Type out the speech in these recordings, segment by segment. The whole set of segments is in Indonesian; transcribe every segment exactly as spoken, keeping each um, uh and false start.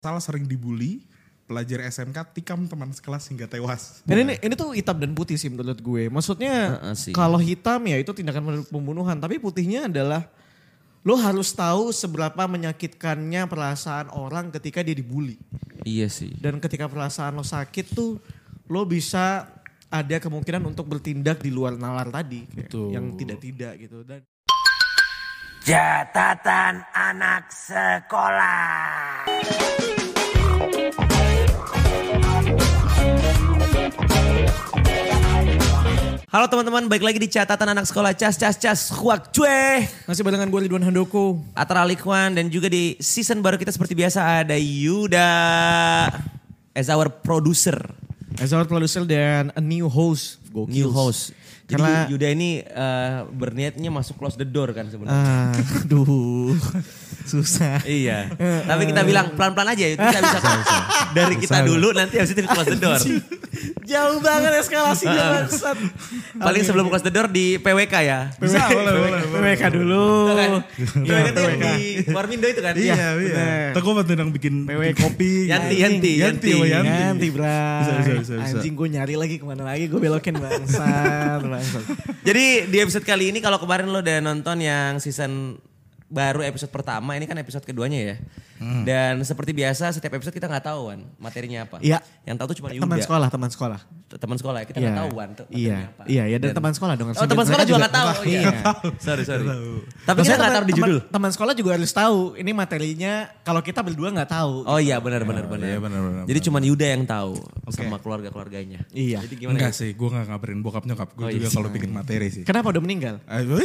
Salah sering dibully, pelajar S M K tikam teman sekelas hingga tewas. Dan ini ini tuh hitam dan putih sih menurut gue. Maksudnya uh, uh, kalau hitam ya itu tindakan pembunuhan, tapi putihnya adalah lo harus tahu seberapa menyakitkannya perasaan orang ketika dia dibully. Iya sih. Dan ketika perasaan lo sakit tuh lo bisa ada kemungkinan untuk bertindak di luar nalar tadi, Betul. yang tidak-tidak gitu. Dan Catatan anak sekolah. Halo teman-teman, balik lagi di catatan anak sekolah cas cas cas huak cueh. masih barengan gue Ridwan Handoko. Atar Alikwan dan juga di season baru kita seperti biasa ada Yuda as our producer. As our producer dan a new host. Gokil. New host. Jadi Karena- Yuda ini uh, berniatnya masuk close the door kan sebenarnya. Ah, aduh, susah. Iya. Tapi kita bilang pelan-pelan aja ya. Kita bisa dari kita dulu nanti habis itu close the door. Jauh banget eskalasinya bangsat. Paling sebelum close the door di P W K ya. Bisa, boleh, boleh, P W K dulu. Itu kan. P W K Iya, itu yang di Warmindo itu kan. Iya, iya. bener. Ntar gue bantuin yang bikin, P W K. bikin kopi. Yanti, gitu. Yanti, Yanti, Yanti. oh, Yanti. Ganti bray. Bisa, bisa, bisa, bisa. Anjing gue nyari lagi kemana lagi gue belokin bangsat. bangsat. Jadi di episode kali ini kalau kemarin lo udah nonton yang season baru episode pertama, ini kan episode keduanya ya. Hmm. Dan seperti biasa setiap episode kita nggak tahu kan materinya apa. Iya. Yang tahu tuh cuma Yuda. Teman sekolah, teman sekolah. Teman sekolah ya, kita Iya. nggak tahu kan tuh Iya, materinya apa. iya, ya dan teman sekolah dong. Oh teman sekolah juga nggak tahu. Oh, iya. Iya. sorry sorry. Nggak tahu. Tapi kita Maksudnya nggak taruh di teman- judul. Teman sekolah juga harus tahu ini materinya kalau kita berdua nggak tahu. Oh iya benar benar benar. iya, benar, benar, Jadi benar. cuma Yuda yang tahu sama keluarga keluarganya. Iya. Jadi gimana? Enggak Yud? sih, gue gak ngabarin bokap nyokap. Gue Oh, juga iya. kalau bikin materi sih. Kenapa udah meninggal? Ah, gue-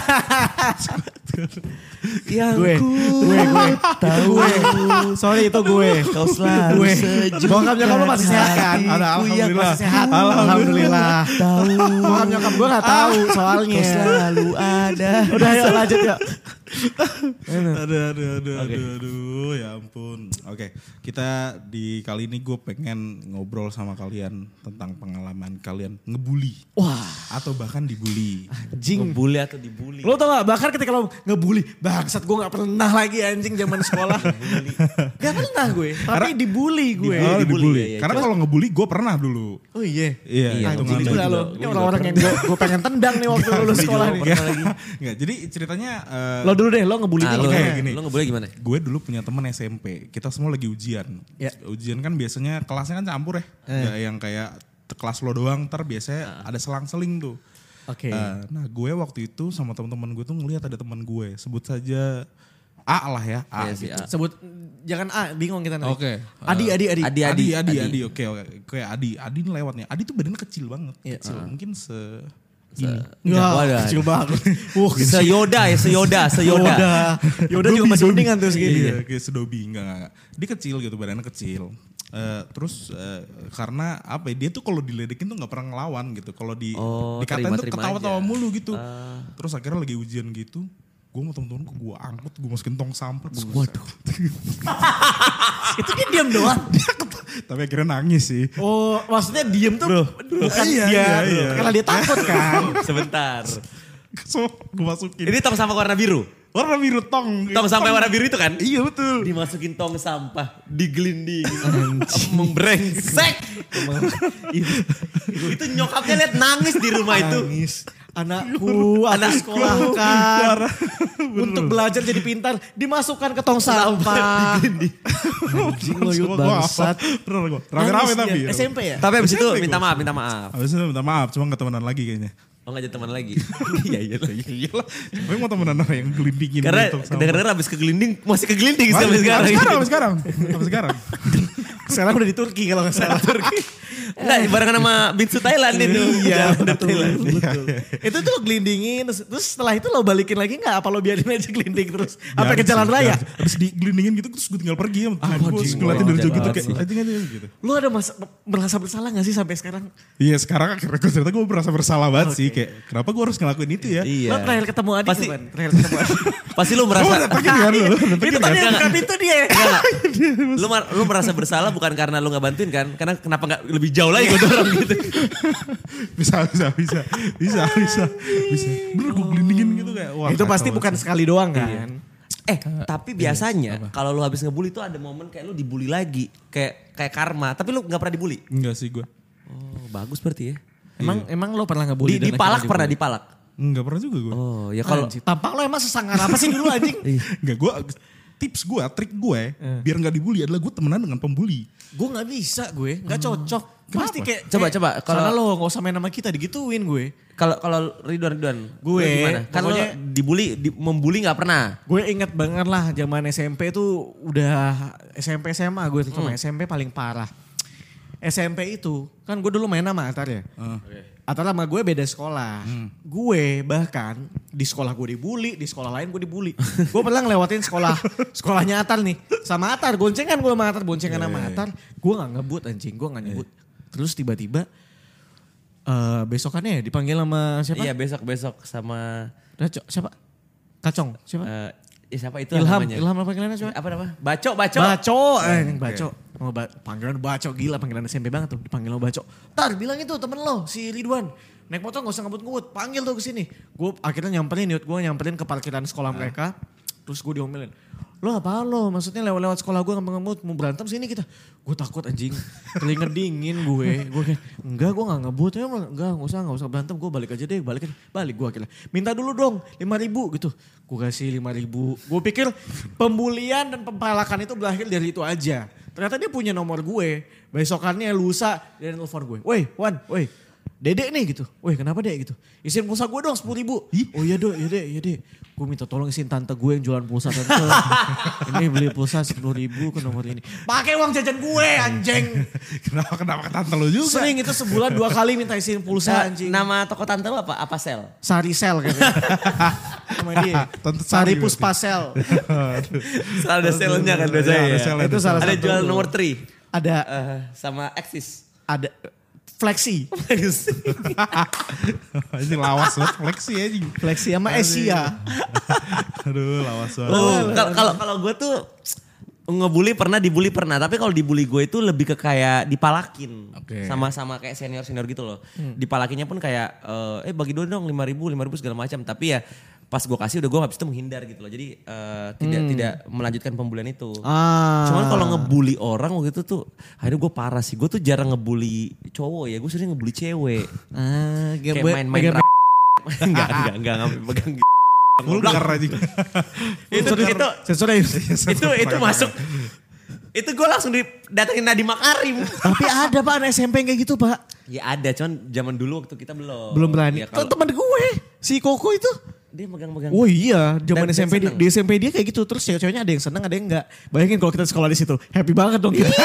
Yang gue, ku gue, gue, tahu gue. Sorry itu gue. Kau selalu gue. sejuk Bokap nyokap lu masih sehat kan? hatiku Ada yang alhamdulillah. masih sehat. Alhamdulillah. Tahu. Bokap nyokap gue gak tahu soalnya. Kau selalu ada. Udah yuk lanjut yuk. aduh, aduh, aduh, Oke. aduh, aduh, ya ampun. Oke, kita di kali ini gue pengen ngobrol sama kalian tentang pengalaman kalian ngebully Wah atau bahkan dibully. anjing. Ngebully atau dibully? Lo tau gak bahkan ketika lo ngebully. Bangsat gue gak pernah lagi anjing zaman sekolah. Gak pernah gue. Tapi dibully gue. Oh, dibully, dibully. iya, iya. Karena kalau ngebully gue pernah dulu. Oh iya. Iya, Iya, itu Anjing ngebully juga juga. lo. Gue Ini juga orang-orang yang gue, gue pengen tendang nih waktu lulus sekolah nih. pernah lagi. Enggak, jadi ceritanya eh, Lo dulu deh, lo ngebully Ah, nih lo, gimana? kayak gini. lo ngebully gimana? gue dulu punya temen S M P. Kita semua lagi ujian. Ya. Ujian kan biasanya kelasnya kan campur ya. Nggak yang kayak kelas lo doang, ntar biasanya ada selang-seling tuh. Oke. Eh, nah gue waktu itu sama teman-teman gue tuh ngelihat ada teman gue, sebut saja A lah ya, A Iya sih, gitu. A. Sebut, jangan A, bingung kita nanti. Oke. Adi, Adi, Adi. Adi, Adi, Adi, Adi. Adi, oke, oke, kayak Adi, Adi ini lewat nih. Adi tuh badannya kecil banget, Iya. kecil, Ah. mungkin se ini. Ya, Waduh. kecil banget. Wah, Seyoda ya, seyoda, seyoda. Yoda. Yoda juga masih mendingan tuh segini. Iya, kayak sedobi enggak, enggak, enggak. Dia kecil gitu, badannya kecil. Eh, terus eh, karena apa ya, dia tuh kalau diledekin tuh nggak pernah ngelawan gitu. Kalau di Oh, dikatain tuh terima-terima ketawa-tawa aja. mulu gitu. Ah. Terus akhirnya lagi ujian gitu, gue sama temen-temen gue angkut, gue masukin tong sampah. Waduh. Itu dia diam doang. Tapi akhirnya nangis sih. Oh, maksudnya diem tuh bukan Iya, dia, iya, iya. karena dia takut kan. Sebentar. So, gue masukin. Ini tong sampah warna biru. warna biru tong. Tong sampah warna biru itu kan? Iya betul. Dimasukin tong sampah, digelinding. Emang brengsek. itu, itu nyokapnya lihat nangis di rumah itu. Nangis. Anakku, anak sekolahkan. Untuk belajar jadi pintar, dimasukkan ke tong sampah. Anjing lo yut bangsat. Bener gue. Rame-rame Nangis tapi. dia, S M P ya? Tapi abis itu S M P minta gua. maaf, minta maaf. Habis itu minta maaf, cuma gak temenan lagi kayaknya. Oh gak jadi teman lagi. Iya iya. Iya iyalah. Gue mau temenan sama yang gelindingin. Karena gitu sama- denger-denger abis kegelinding, masih kegelinding Masih, sampai sekarang. Sampai sekarang, sampai sekarang. Sampai sekarang. Sekarang udah di Turki kalau gak salah. Turki. Enggak, barengan sama Binsu Thailand itu. Iya, Udah betul, Thailand. betul. Itu tuh lo gelindingin, terus, terus setelah itu lo balikin lagi gak? Apa lo biarin aja gelinding terus? Sampai ke Biarin jalan sih, raya? biarin. Habis digelindingin gitu terus gue tinggal pergi ya. Ah, Gue anjing, ngeliatin dari wajar jauh gitu banget kayak sih. anjing aja gitu. Lo ada masa, merasa bersalah gak sih sampai sekarang? Iya sekarang akhirnya gue cerita gue merasa bersalah banget sih. Kayak kenapa gue harus ngelakuin itu ya. Iya. Lo terakhir ketemu Adi Pasti- kapan? Terakhir ketemu Adi. Pasti lu Lo merasa udah pergi kan lo? Udah pergi Itu kan? tadi yang Enggak, buka pintu dia. Enggak, enggak. lu, mar- lu merasa bersalah bukan karena lu gak bantuin kan? Karena kenapa gak lebih jauh lagi gue dorong gitu. Bisa, bisa, bisa. Bisa, bisa. Bisa. Bener gue gelindingin gitu kayak. Wah, Itu pasti kacau bukan sih. sekali doang kan? Eh tapi biasanya kalau lu habis ngebully tuh ada momen kayak lu dibully lagi. Kayak kayak karma. Tapi lu gak pernah dibully? Enggak sih gue. Oh bagus berarti ya. Emang emang lo pernah ngebully? Di, dipalak pernah dipalak? Enggak pernah juga gue. Oh ya kalau tampak lo emang sesangar apa sih dulu anjing? Enggak, gue tips gue, trik gue biar gak dibully adalah gue temenan dengan pembuli. Gue gak bisa gue, gak cocok. Pasti kayak Coba, kayak, coba, kalau- Karena lo gak usah main sama kita digituin gue. kalau kalau Ridwan Ridwan Gue, lu gimana? Kan lo pokoknya- dibully, di, membully nggak pernah. Gue inget banget lah zaman S M P tuh udah S M P S M A gue terutama S M P paling parah. S M P itu kan gue dulu main sama Atar ya. Atar sama gue beda sekolah. Gue bahkan di sekolah gue dibully, di sekolah lain gue dibully. Gue pernah ngelewatin sekolah sekolahnya Atar nih. Sama Atar, goncengan gue sama Atar, boncengan sama Atar. Gue gak ngebut anjing, gue gak nyebut. Terus tiba-tiba eh besokannya ya dipanggil sama siapa? Iya besok-besok sama Raco, siapa? Kacong, siapa? eh ya siapa itu Ilham, namanya? Ilham apa panggilannya coba? Apa nama? Baco, Baco. Baco, eh, Baco. Oh, ba panggilan Baco gila, panggilan S M P banget tuh, dipanggil lo Baco. Tar, bilang itu temen lo, si Ridwan. Naik motor gak usah ngebut-ngebut, panggil tuh ke sini. Gue akhirnya nyamperin, yut gue nyamperin ke parkiran sekolah mereka. Terus gue diomelin. Lo apaan lo? Maksudnya lewat-lewat sekolah gue ngebut, mau berantem sini kita. Gue takut anjing, keringet dingin gue. Gue kayak, enggak gue gak ngebut. Ya, enggak, gak usah, gak usah berantem. Gue balik aja deh, balik aja. Balik gue akhirnya. Minta dulu dong, lima ribu gitu. Gue kasih lima ribu. Gue pikir pembulian dan pempalakan itu berakhir dari itu aja. Ternyata dia punya nomor gue. Besokannya lusa, dia nelfon gue. Woi, Wan, woi. Dedek nih gitu. Woi kenapa dek gitu. Isiin pulsa gue dong sepuluh ribu. Oh iya dok, iya dek, iya dek. Gue minta tolong isiin tante gue yang jualan pulsa tante. Ini beli pulsa sepuluh ribu ke nomor ini. Pakai uang jajan gue anjing. Kenapa kenapa ke tante lo juga? Sering itu sebulan dua kali minta isiin pulsa anjing. Nama toko tante lo apa? Apa sel? Sari Sel kayaknya. Sama dia. Tante Sari Sari Puspa Sel. Selalu ada selnya kan biasanya. Iya, ada ya. selnya. Itu salah Ada satu. jual nomor tri Ada, eh, sama Axis. ada. Flexi. Ini lawas banget, fleksi aja. Flexi sama Asia. Aduh lawas banget. Oh, kalau kalau kalau gue tuh ngebully pernah, dibully pernah. Tapi kalau dibully gue itu lebih ke kayak dipalakin. Oke. Sama-sama kayak senior-senior gitu loh. Dipalakinnya pun kayak, eh eh, bagi dua dong lima ribu, lima ribu segala macam. Tapi ya pas gue kasih udah gue habis itu menghindar gitu loh. Jadi eh, tidak tidak melanjutkan pembulian itu. Ah. Cuman kalau ngebully orang waktu itu tuh akhirnya gue parah sih. Gue tuh jarang ngebully cowok ya. Gue sering ngebully cewek. Ah, Kayak gue- main-main pegang- rap. Enggak, enggak, enggak ngambil pegang gitu. Vulgar aja. itu itu Sensor ya. itu itu masuk. Itu gue langsung didatengin Nadiem Makarim. Tapi ada pak anak S M P kayak gitu pak. Ya ada, cuman zaman dulu waktu kita belum. Belum berani. Ya, kalau Teman gue si Koko itu. dia megang-megang. Oh iya, zaman Dan- S M P dan dia, seneng. di S M P dia kayak gitu. Terus cewek-ceweknya ada yang seneng, ada yang enggak. Bayangin kalau kita sekolah di situ, happy banget dong kita.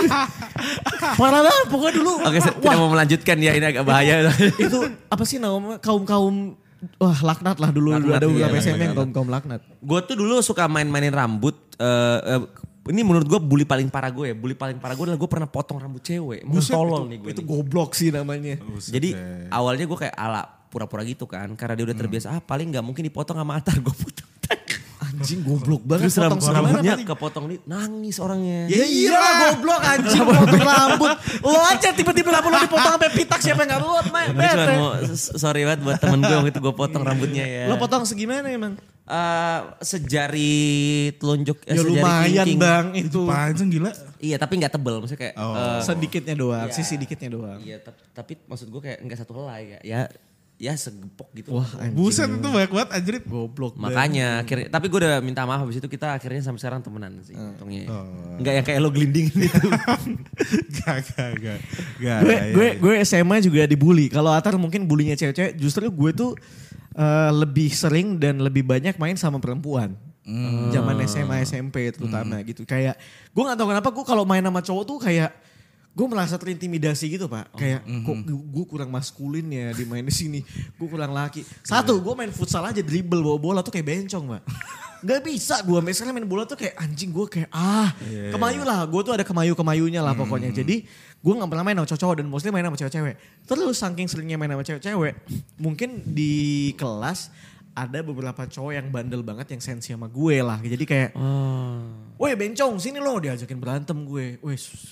Parah banget, pokoknya dulu. Oke, saya tidak mau melanjutkan ya, ini agak bahaya. Itu apa sih namanya kaum-kaum wah laknat lah dulu. Laknat, ada beberapa iya, S M P yang laknat. kaum-kaum laknat. Gue tuh dulu suka main-mainin rambut. eh, eh, ini menurut gue bully paling parah gue ya. Bully paling parah gue adalah gue pernah potong rambut cewek. Emang tolol nih gue. Itu nih. goblok sih namanya. Jadi awalnya gue kayak ala pura-pura gitu kan. Karena dia udah terbiasa, ah paling gak mungkin dipotong sama Atar. Gue potong. Anjing goblok banget Terus potong rambut, segala rambutnya macam. kepotong nih, nangis orangnya. Ya iya lah goblok anjing potong rambut. Lo aja tiba-tiba rambut lo dipotong sampai pitak siapa yang gak buat main. Gue cuma mau, sorry banget buat temen gue waktu itu gue potong rambutnya ya. Lo potong segimana emang? Eh, sejari telunjuk, eh, Ya sejari lumayan kelingking. bang itu. Panjang gila. Iya tapi gak tebel, maksudnya kayak. Oh. eh, Sedikitnya doang, Iya. sisi dikitnya doang. Iya tap- tapi maksud gue kayak nggak satu helai ya. Ya, ya segepok gitu. Wah anjing. Buset itu banyak banget anjrit. Goblok. Makanya akhirnya, tapi gue udah minta maaf habis itu kita akhirnya sampai sekarang temenan sih. Hmm. Untungnya. Oh. Enggak yang kayak lo gelindingin itu. Gak, gak, gak. Gak, gue ya, gue ya. gue S M A juga dibully. Kalau Atar mungkin bulinya cewek-cewek, justru gue tuh eh, lebih sering dan lebih banyak main sama perempuan. Zaman S M A S M P terutama gitu. Kayak gue nggak tahu kenapa gue kalau main sama cowok tuh kayak gue merasa terintimidasi gitu pak. Kayak kok gue kurang maskulin ya di main di sini. Gue kurang laki. Satu gue main futsal aja dribble bawa bola tuh kayak bencong pak. Gak bisa gue sampai sekarang main bola tuh kayak anjing gue kayak ah kemayu lah. Gue tuh ada kemayu-kemayunya lah pokoknya. Jadi gue gak pernah main sama cowok dan mostly main sama cewek-cewek. Terus saking seringnya main sama cewek-cewek mungkin di kelas ada beberapa cowok yang bandel banget yang sensi sama gue lah. Jadi kayak, Oh. woi bencong sini lo diajakin berantem gue. Weh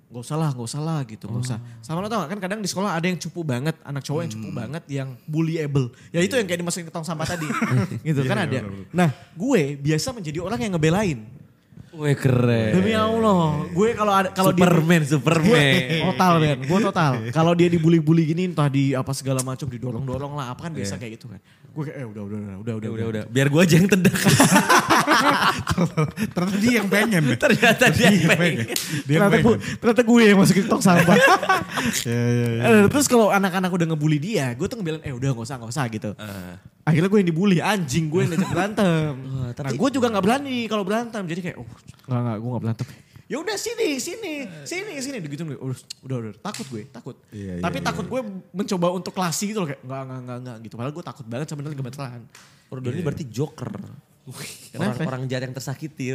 Gak usah lah, gak usah lah gitu, gak usah. Sama lo tau gak kan kadang di sekolah ada yang cupu banget, anak cowok yang cupu banget, yang bullyable. Ya itu yang kayak dimasukin ke tong sampah tadi. Gitu kan ada. Nah gue biasa menjadi orang yang ngebelain. Wih keren. Demi Allah, gue kalau ada kalau dia Superman, Superman. total men, gue total. Kalau dia dibully-bully gini entah di apa segala macam didorong-dorong lah, apa kan biasa kayak gitu kan. Gue kayak eh udah udah udah udah udah Udah, udah. Biar gue aja yang tendang. Ternyata dia yang pengen ya. Ternyata dia yang pengen. Dia yang ternyata gue pengen. ternyata gue yang masukin tong sampah. Ya, ya, ya. Eh, Terus kalau anak-anak udah ngebully dia, gue tuh ngebilang eh udah gak usah gak usah gitu. Akhirnya gue yang dibully, anjing gue yang diajak berantem. Nah gue juga gak berani kalau berantem, jadi kayak oh gak gak gue gak berantem. Ya udah sini sini sini sini gitu udah udah udah takut gue takut. Iya, Tapi iya, takut gue mencoba untuk klasi gitu loh kayak enggak enggak enggak enggak gitu. Padahal gue takut banget sebenarnya gemeteran. Rodon ini berarti joker. Kenapa? Orang-orang jahat yang tersakiti.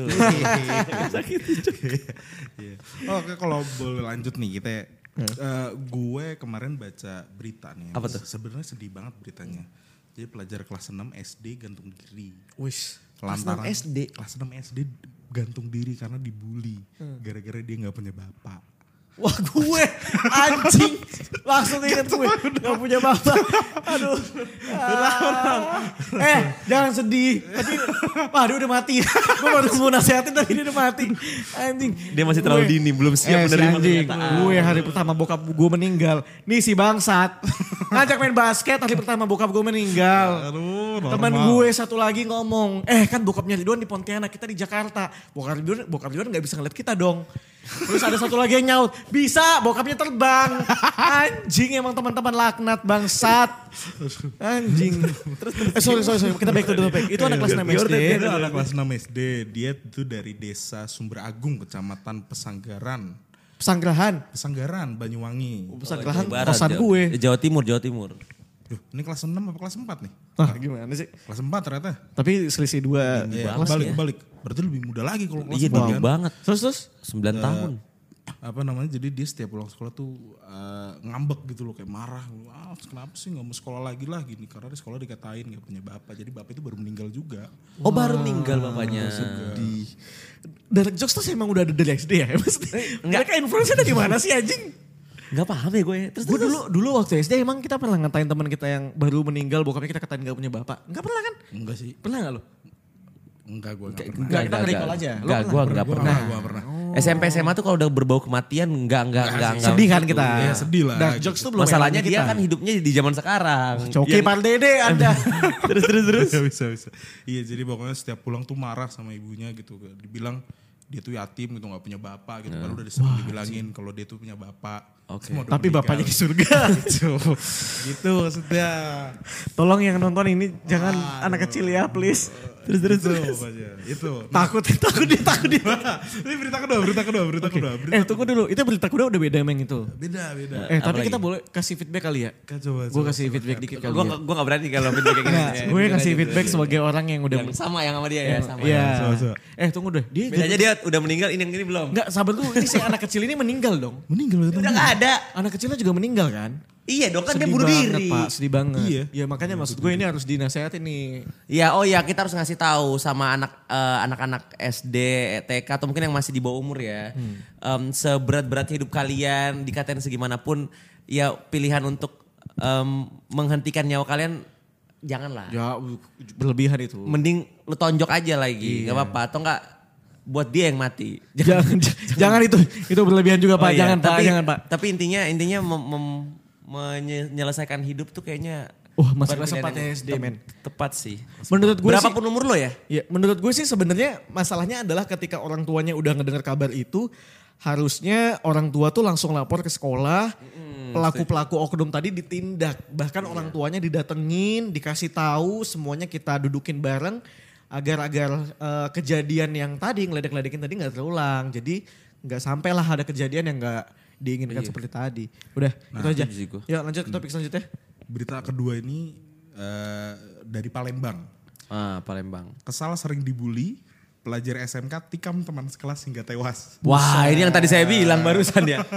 Iya. Oke kalau boleh lanjut nih kita eh, gue kemarin baca berita nih. Apa tuh? Sebenarnya sedih banget beritanya. Jadi pelajar kelas enam S D gantung diri. Wis. Kelas enam S D? Kelas enam S D gantung diri karena dibully. Gara-gara dia gak punya bapak. Wah gue anjing langsung inget gue gak punya bapak. Aduh. Ah. Eh jangan sedih. Tadi, wah dia udah mati. Gue baru mau nasihatin tapi dia udah mati. Anjing. Dia masih terlalu Gue- dini, belum siap eh, si menerima anjing. kenyataan. Gue hari pertama bokap gue meninggal. Nih si bangsat. Ngajak main basket hari pertama bokap gue meninggal. Aduh, Temen gue satu lagi ngomong, eh kan bokapnya Ridwan di Pontianak, kita di Jakarta. Bokap Ridwan, bokap Ridwan gak bisa ngeliat kita dong. Terus ada satu lagi yang nyaut, bisa bokapnya terbang. Anjing emang teman-teman laknat bangsat. Anjing. Terus, eh, sorry, sorry, sorry, kita back to the topic. Itu anak kelas enam S D. Itu anak kelas enam S D. Dia itu dari desa Sumber Agung, kecamatan Pesanggaran. Pesanggrahan. Pesanggaran, Banyuwangi. Pesanggrahan Jawa Barat, kosan Jawa- gue. Jawa Timur, Jawa Timur. Duh, ini kelas enam apa kelas empat nih? Wah gimana sih? Kelas empat ternyata. Tapi selisih dua. Iya, kelas balik, ya. balik. Berarti lebih muda lagi kalau kelas Iya empat dulu kan. banget. Terus, terus? sembilan tahun. Apa namanya, jadi dia setiap pulang sekolah tuh eh, ngambek gitu loh, kayak marah. Ah, kenapa sih gak mau sekolah lagi lah gini. Karena di sekolah dikatain gak punya bapak. Jadi bapak itu baru meninggal juga. Oh baru meninggal bapaknya. Di Dark Jokes tuh emang udah ada dari S D ya? Maksudnya, mereka influence dari mana sih anjing? Gak paham ya gue. Terus Gue dulu dulu waktu S D emang kita pernah ngatain teman kita yang baru meninggal, bokapnya kita katain gak punya bapak. Enggak pernah kan? Enggak sih. Pernah gak lo? Enggak, gue gak pernah. Enggak, kita nge-recall aja. Lo Enggak, pernah? gue enggak Gue pernah. Gue pernah. S M P S M A tuh kalau udah berbau kematian enggak, enggak, enggak. enggak. Sedih kan kita? Ya sedih lah. Dark gitu. Jokes tuh belum Masalahnya eranya dia kita. kan hidupnya di zaman sekarang. Coki Yang- Pardede Anda. terus, terus, terus. Bisa, bisa, bisa. Iya, jadi pokoknya setiap pulang tuh marah sama ibunya gitu. Dibilang dia tuh yatim gitu, gak punya bapak gitu. Baru udah disebut dibilangin kalau dia tuh punya bapak. Oke. Semua udah Tapi meninggal. bapaknya di surga. gitu. Gitu maksudnya. Tolong yang nonton ini jangan anak kecil ya please. Terus terus Itu terus. pokoknya. Itu. Takut, takut dia, takut dia. Ini berita kedua, berita kedua, berita kedua. Berita Eh tunggu dulu, itu berita kuda udah beda emang itu. Beda, beda. Eh tapi lagi? kita boleh kasih feedback kali ya? Kan coba. Gue coba, kasih coba. feedback dikit kali Gue ya. gak, gue gak berani kalau feedback kayak gini. Nah, Ya, gue jujur kasih aja, feedback jujur. sebagai orang yang udah Yang sama yang sama dia ya, sama. Iya. Coba, coba. Eh tunggu deh, dia Bedanya dia udah meninggal, ini yang ini belum. enggak sabar dulu, ini si anak kecil ini meninggal dong. Meninggal itu. Udah gak ada. Anak kecilnya juga meninggal kan? Iya dong kan dia Sedih bunuh banget, diri. Pak, sedih banget. Iya. Ya makanya maksud gue ini harus dinasehatin nih. Iya, oh ya kita harus ngasih tahu sama anak eh, anak-anak S D, T K atau mungkin yang masih di bawah umur ya. Em, seberat-beratnya hidup kalian, dikatain segimanapun, ya pilihan untuk em, menghentikan nyawa kalian janganlah. Ya berlebihan itu. Mending lu tonjok aja lagi, nggak apa-apa. Atau enggak buat dia yang mati. Jangan jangan itu itu berlebihan juga Pak. Oh iya, Jangan Pak, tapi, jangan Pak. Tapi intinya intinya mem- mem- menyelesaikan hidup tuh kayaknya Wah, masih bukan kelas pilihan empat yang S D, tep- men. Tepat sih. Menurut gue Berapapun sih, umur lo ya? ya, menurut gue sih sebenarnya masalahnya adalah ketika orang tuanya udah ngedengar kabar itu, harusnya orang tua tuh langsung lapor ke sekolah, pelaku-pelaku oknum tadi ditindak, bahkan orang tuanya didatengin, dikasih tahu, semuanya kita dudukin bareng agar agar eh, kejadian yang tadi ngeledek-ledekin tadi nggak terulang. Jadi nggak sampailah ada kejadian yang nggak diinginkan seperti tadi. Udah, itu aja. setuju sih gua. Yuk lanjut ke topik selanjutnya. Berita kedua ini eh, dari Palembang. Ah, Palembang. Kesal sering dibully, pelajar S M K tikam teman sekelas hingga tewas. Wah, ini yang tadi saya bilang barusan ya.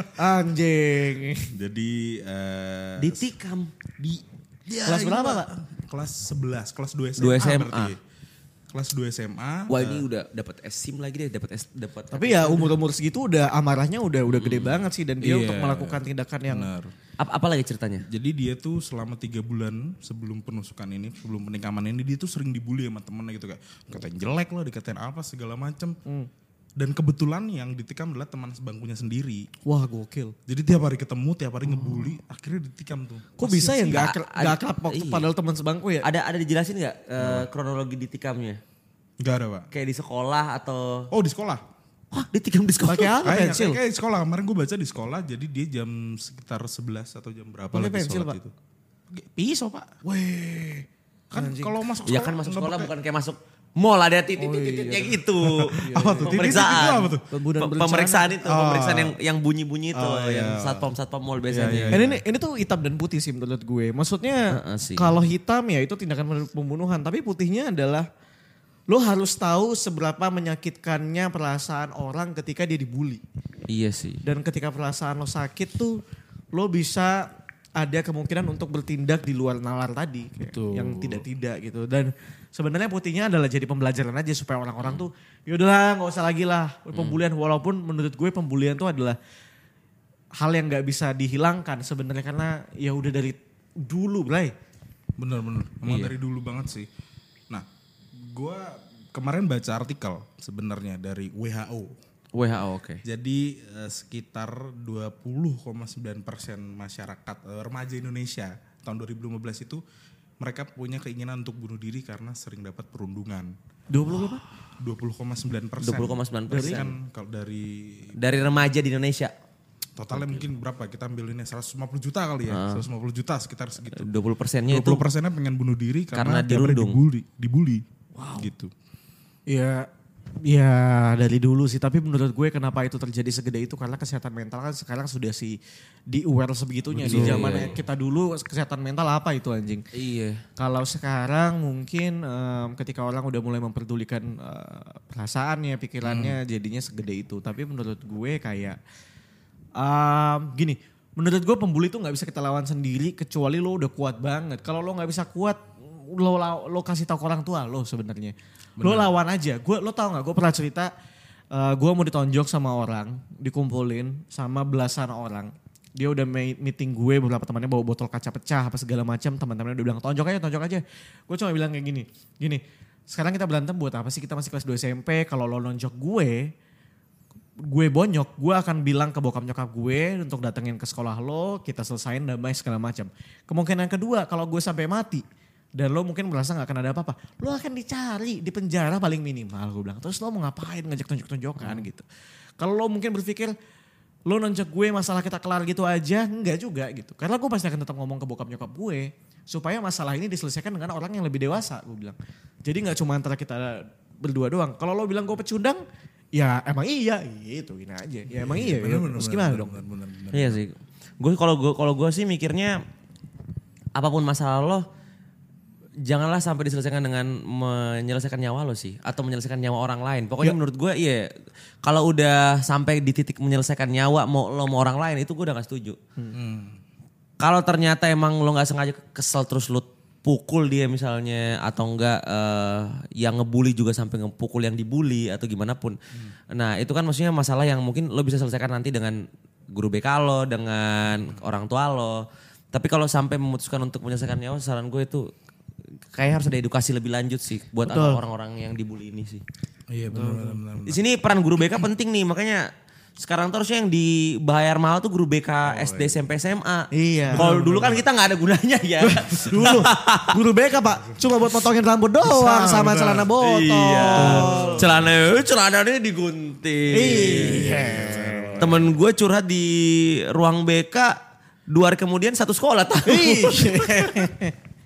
Anjing. Jadi eh, Ditikam. di ya, Kelas berapa, gimana? Pak? Kelas sebelas, kelas dua S M A. dua S M A. berarti. kelas dua S M A. Wah ini udah dapat SIM lagi deh, dapat S dapat. Tapi ya umur-umur segitu udah amarahnya udah udah gede banget sih dan dia Iya. untuk melakukan tindakan yang Benar. apa, apa lagi ceritanya? Jadi dia tuh selama tiga bulan sebelum penusukan ini, sebelum penikaman ini dia tuh sering dibully sama temennya gitu kayak katain jelek lah, dikatain apa segala macem. Dan kebetulan yang ditikam adalah teman sebangkunya sendiri. wah gokil. Jadi tiap hari ketemu, tiap hari ngebully, akhirnya ditikam tuh. Kok bisa ya Kasian sih. nggak akrab, Ada- nggak akrab waktu iya. padahal teman sebangku ya? Ada ada dijelasin nggak eh, kronologi ditikamnya? Nggak ada pak. Kayak di sekolah atau Oh di sekolah? wah ditikam di sekolah. Pakai apa Kayaknya, pensil? kayak, kayak di sekolah, kemarin gue baca di sekolah, jadi dia jam sekitar sebelas atau jam berapa Pakai lagi pensil, sholat Pak? gitu. Pakai pisau pak. Weh. Kan kalau masuk sekolah. Ya kan masuk nggak sekolah pakai- bukan kayak masuk mall ada titik-titik kayak gitu. Apa tuh? Titik-titik Pemeriksaan. itu apa tuh? Pembunuhan Pe- berencana. Pemeriksaan itu, Oh. pemeriksaan yang yang bunyi-bunyi itu, Oh, yang iya. satpam-satpam mall biasanya. Iya, iya, Dan ini ini tuh hitam dan putih sih menurut gue. Maksudnya Heeh sih. kalau hitam ya itu tindakan pembunuhan, tapi putihnya adalah lo harus tahu seberapa menyakitkannya perasaan orang ketika dia dibully. Iya sih. Dan ketika perasaan lo sakit tuh lo bisa ada kemungkinan untuk bertindak di luar nalar tadi. Kayak Betul. yang tidak-tidak gitu. Dan sebenarnya putihnya adalah jadi pembelajaran aja supaya orang-orang tuh yaudahlah gak usah lagi lah pembulian. Walaupun menurut gue pembulian tuh adalah hal yang gak bisa dihilangkan sebenarnya karena ya udah dari dulu Bray. Bener-bener, emang Iya. dari dulu banget sih. Nah, gue kemarin baca artikel sebenarnya dari W H O. W H O oke. Jadi eh, sekitar dua puluh koma sembilan persen masyarakat eh, remaja Indonesia tahun dua ribu lima belas itu mereka punya keinginan untuk bunuh diri karena sering dapat perundungan. dua puluh berapa? dua puluh koma sembilan persen. dua puluh koma sembilan persen. Berarti kan kalau dari Dari remaja di Indonesia totalnya mungkin berapa? Kita ambilinnya seratus lima puluh juta kali ya. seratus lima puluh juta sekitar segitu. dua puluh persennya dua itu puluh persennya pengen bunuh diri karena karena, tiap hari dirundung. dibully, dibully. Gitu. Ya, ya dari dulu sih. Tapi menurut gue kenapa itu terjadi segede itu karena kesehatan mental kan sekarang sudah si di aware sebegitunya. Di zaman kita dulu kesehatan mental apa itu anjing. Iya. Kalau sekarang mungkin em, ketika orang udah mulai memperdulikan eh, perasaannya, pikirannya jadinya segede itu. Tapi menurut gue kayak em, gini, menurut gue pembuli itu nggak bisa kita lawan sendiri kecuali lo udah kuat banget. Kalau lo nggak bisa kuat, lo lo kasih tahu ke orang tua lo sebenarnya. Lo lawan aja. Gue lo tau nggak? Gue pernah cerita, eh, gue mau ditonjok sama orang, dikumpulin sama belasan orang. Dia udah ma- meeting gue, beberapa temannya bawa botol kaca pecah apa segala macam. Teman-temannya udah bilang tonjok aja, tonjok aja. Gue cuma bilang kayak gini, gini. Sekarang kita berantem buat apa sih? Kita masih kelas dua S M P. Kalau lo nonjok gue, gue bonyok, gue akan bilang ke bokap nyokap gue untuk datengin ke sekolah lo, kita selesain damai segala macam. Kemungkinan kedua, kalau gue sampai mati dan lo mungkin merasa nggak akan ada apa-apa, lo akan dicari di penjara paling minimal, gue bilang. Terus lo mau ngapain ngajak tunjuk-tunjukkan gitu? Kalau lo mungkin berpikir lo nonjok gue masalah kita kelar gitu aja, enggak juga gitu. Karena gue pasti akan tetap ngomong ke bokap nyokap gue supaya masalah ini diselesaikan dengan orang yang lebih dewasa, gue bilang. Jadi nggak cuma antara kita berdua doang. Kalau lo bilang gue pecundang, ya emang iya, gitu gini aja. Ya emang iya, ya. Terus gimana dong? Iya sih. Gue kalau gue kalau gue sih mikirnya apapun masalah lo janganlah sampai diselesaikan dengan menyelesaikan nyawa lo sih atau menyelesaikan nyawa orang lain. Pokoknya Ya. menurut gue iya kalau udah sampai di titik menyelesaikan nyawa mau lo mau orang lain itu gue udah gak setuju. Kalau ternyata emang lo nggak sengaja kesel terus lo pukul dia misalnya atau enggak eh, yang ngebully juga sampai ngepukul yang dibully atau gimana pun. Nah itu kan maksudnya masalah yang mungkin lo bisa selesaikan nanti dengan guru B K lo, dengan orang tua lo. Tapi kalau sampai memutuskan untuk menyelesaikan nyawa saran gue itu kayak harus ada edukasi lebih lanjut sih buat Betul. orang-orang yang dibully ini sih. Iya benar-benar. Di sini peran guru B K penting nih makanya sekarang tuh harusnya yang dibayar mahal tuh guru B K S D S M P S M A. Iya. Kalau dulu kan kita nggak ada gunanya ya. Dulu guru B K pak cuma buat potongin rambut doang sama benar. celana botol. Iya. Celana celananya digunting. Iya. Temen gue curhat di ruang B K dua hari kemudian satu sekolah tahu. Iya.